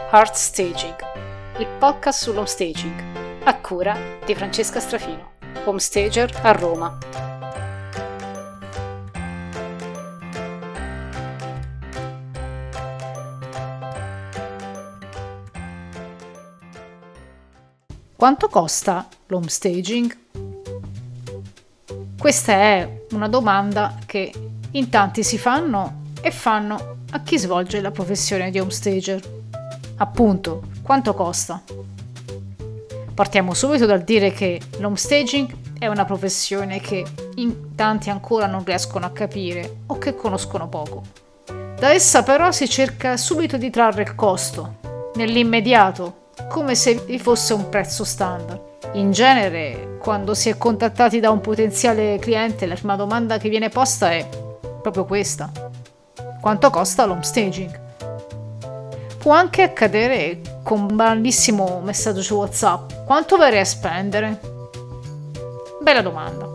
Art Staging, il podcast sull'home staging, a cura di Francesca Strafino, home stager a Roma. Quanto costa l'home staging? Questa è una domanda che in tanti si fanno e fanno a chi svolge la professione di home stager. Appunto, quanto costa? Partiamo subito dal dire che l'home staging è una professione che in tanti ancora non riescono a capire o che conoscono poco. Da essa però si cerca subito di trarre il costo, nell'immediato, come se vi fosse un prezzo standard. In genere, quando si è contattati da un potenziale cliente, la prima domanda che viene posta è proprio questa: quanto costa l'home staging? Può anche accadere con un banalissimo messaggio su WhatsApp: quanto verrei a spendere? Bella domanda.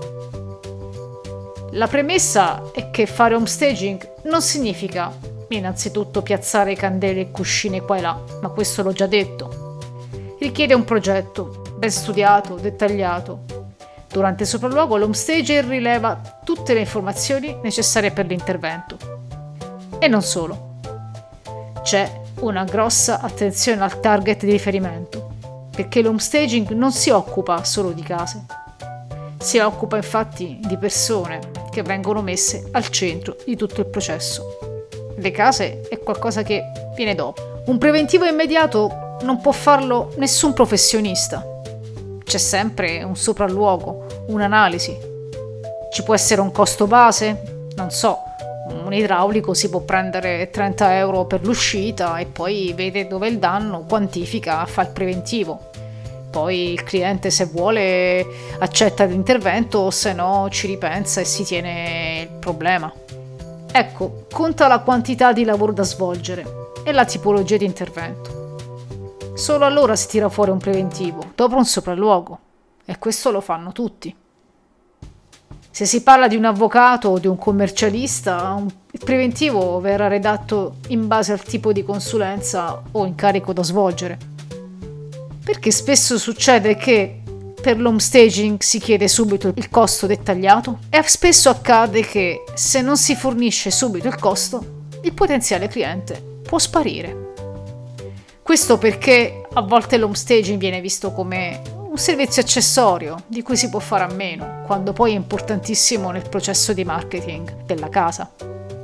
La premessa è che fare home staging non significa innanzitutto piazzare candele e cuscine qua e là, ma questo l'ho già detto. Richiede un progetto ben studiato, dettagliato. Durante il sopralluogo l'home stager rileva tutte le informazioni necessarie per l'intervento. E non solo. C'è una grossa attenzione al target di riferimento, perché l'home staging non si occupa solo di case. Si occupa infatti di persone che vengono messe al centro di tutto il processo. Le case è qualcosa che viene dopo. Un preventivo immediato non può farlo nessun professionista. C'è sempre un sopralluogo, un'analisi. Ci può essere un costo base? Non so, un idraulico si può prendere 30 euro per l'uscita e poi vede dove è il danno, quantifica, fa il preventivo. Poi il cliente, se vuole, accetta l'intervento, se no ci ripensa e si tiene il problema. Ecco, conta la quantità di lavoro da svolgere e la tipologia di intervento. Solo allora si tira fuori un preventivo, dopo un sopralluogo, e questo lo fanno tutti. Se si parla di un avvocato o di un commercialista, il preventivo verrà redatto in base al tipo di consulenza o incarico da svolgere. Perché spesso succede che per l'home staging si chiede subito il costo dettagliato e spesso accade che se non si fornisce subito il costo, il potenziale cliente può sparire. Questo perché a volte l'home staging viene visto come un servizio accessorio di cui si può fare a meno, quando poi è importantissimo nel processo di marketing della casa.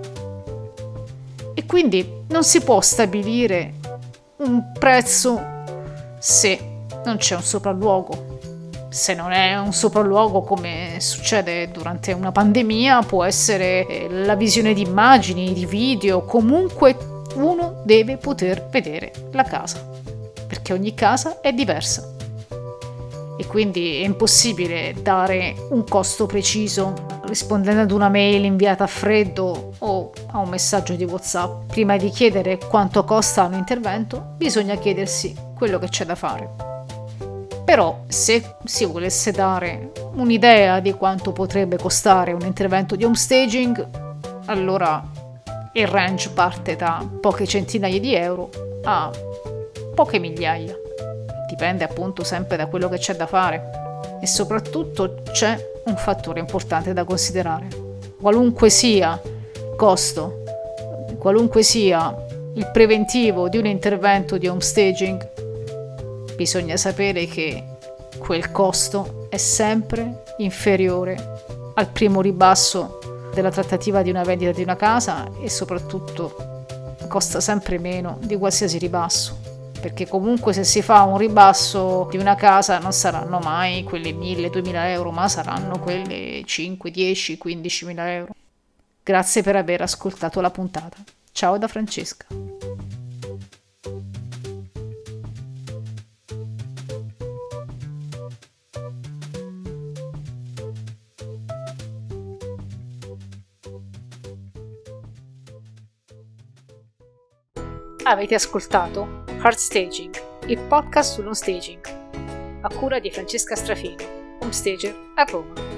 E quindi non si può stabilire un prezzo se non c'è un sopralluogo. Se non è un sopralluogo, come succede durante una pandemia, può essere la visione di immagini, di video, comunque uno deve poter vedere la casa, perché ogni casa è diversa. E quindi è impossibile dare un costo preciso rispondendo ad una mail inviata a freddo o a un messaggio di WhatsApp. Prima di chiedere quanto costa un intervento, bisogna chiedersi quello che c'è da fare. Però se si volesse dare un'idea di quanto potrebbe costare un intervento di home staging, allora il range parte da poche centinaia di euro a poche migliaia. Dipende appunto sempre da quello che c'è da fare. E soprattutto c'è un fattore importante da considerare. Qualunque sia il costo, qualunque sia il preventivo di un intervento di home staging, bisogna sapere che quel costo è sempre inferiore al primo ribasso della trattativa di una vendita di una casa e soprattutto costa sempre meno di qualsiasi ribasso. Perché comunque se si fa un ribasso di una casa non saranno mai quelle 1.000-2.000 euro, ma saranno quelle 5, 10, 15.000 euro. Grazie per aver ascoltato la puntata. Ciao da Francesca. Avete ascoltato Art Staging, il podcast sullo staging, a cura di Francesca Strafino, home stager a Roma.